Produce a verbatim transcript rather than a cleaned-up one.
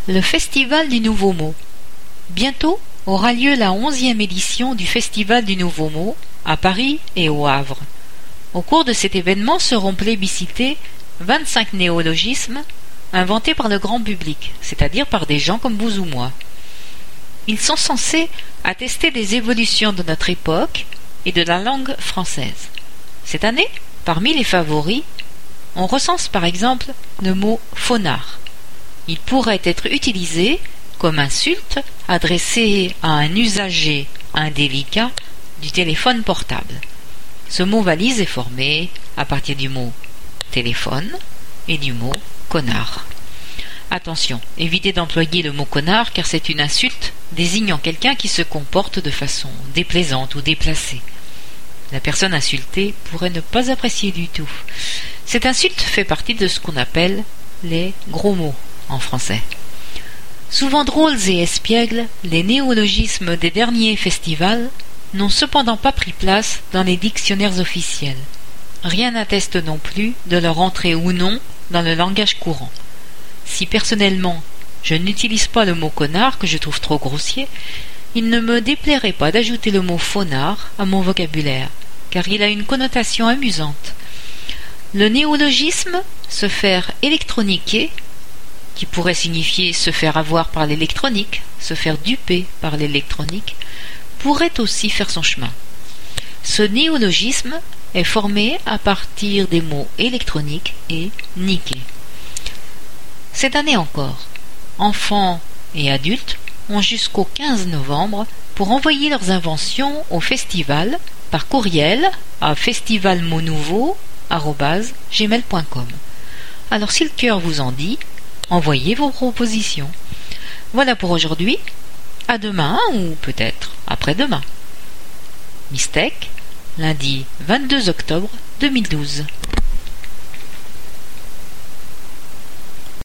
Le Festival du Nouveau Mot. Bientôt aura lieu la onzième édition du Festival du Nouveau Mot à Paris et au Havre. Au cours de cet événement seront plébiscités vingt-cinq néologismes inventés par le grand public, c'est-à-dire par des gens comme vous ou moi. Ils sont censés attester des évolutions de notre époque et de la langue française. Cette année, parmi les favoris, on recense par exemple le mot « faunard ». Il pourrait être utilisé comme insulte adressée à un usager indélicat du téléphone portable. Ce mot valise est formé à partir du mot téléphone et du mot connard. Attention, évitez d'employer le mot connard car c'est une insulte désignant quelqu'un qui se comporte de façon déplaisante ou déplacée. La personne insultée pourrait ne pas apprécier du tout. Cette insulte fait partie de ce qu'on appelle les gros mots en français. Souvent drôles et espiègles, les néologismes des derniers festivals n'ont cependant pas pris place dans les dictionnaires officiels. Rien n'atteste non plus de leur entrée ou non dans le langage courant. Si personnellement je n'utilise pas le mot connard que je trouve trop grossier, il ne me déplairait pas d'ajouter le mot faunard à mon vocabulaire, car il a une connotation amusante. Le néologisme se faire électroniquer, qui pourrait signifier se faire avoir par l'électronique, se faire duper par l'électronique, pourrait aussi faire son chemin. Ce néologisme est formé à partir des mots électronique et niquer. Cette année encore, enfants et adultes ont jusqu'au quinze novembre pour envoyer leurs inventions au festival par courriel à festivalmotnouveau arobase gmail point com. Alors si le cœur vous en dit, envoyez vos propositions. Voilà pour aujourd'hui. À demain ou peut-être après-demain. Mistec, lundi vingt-deux octobre deux mille douze.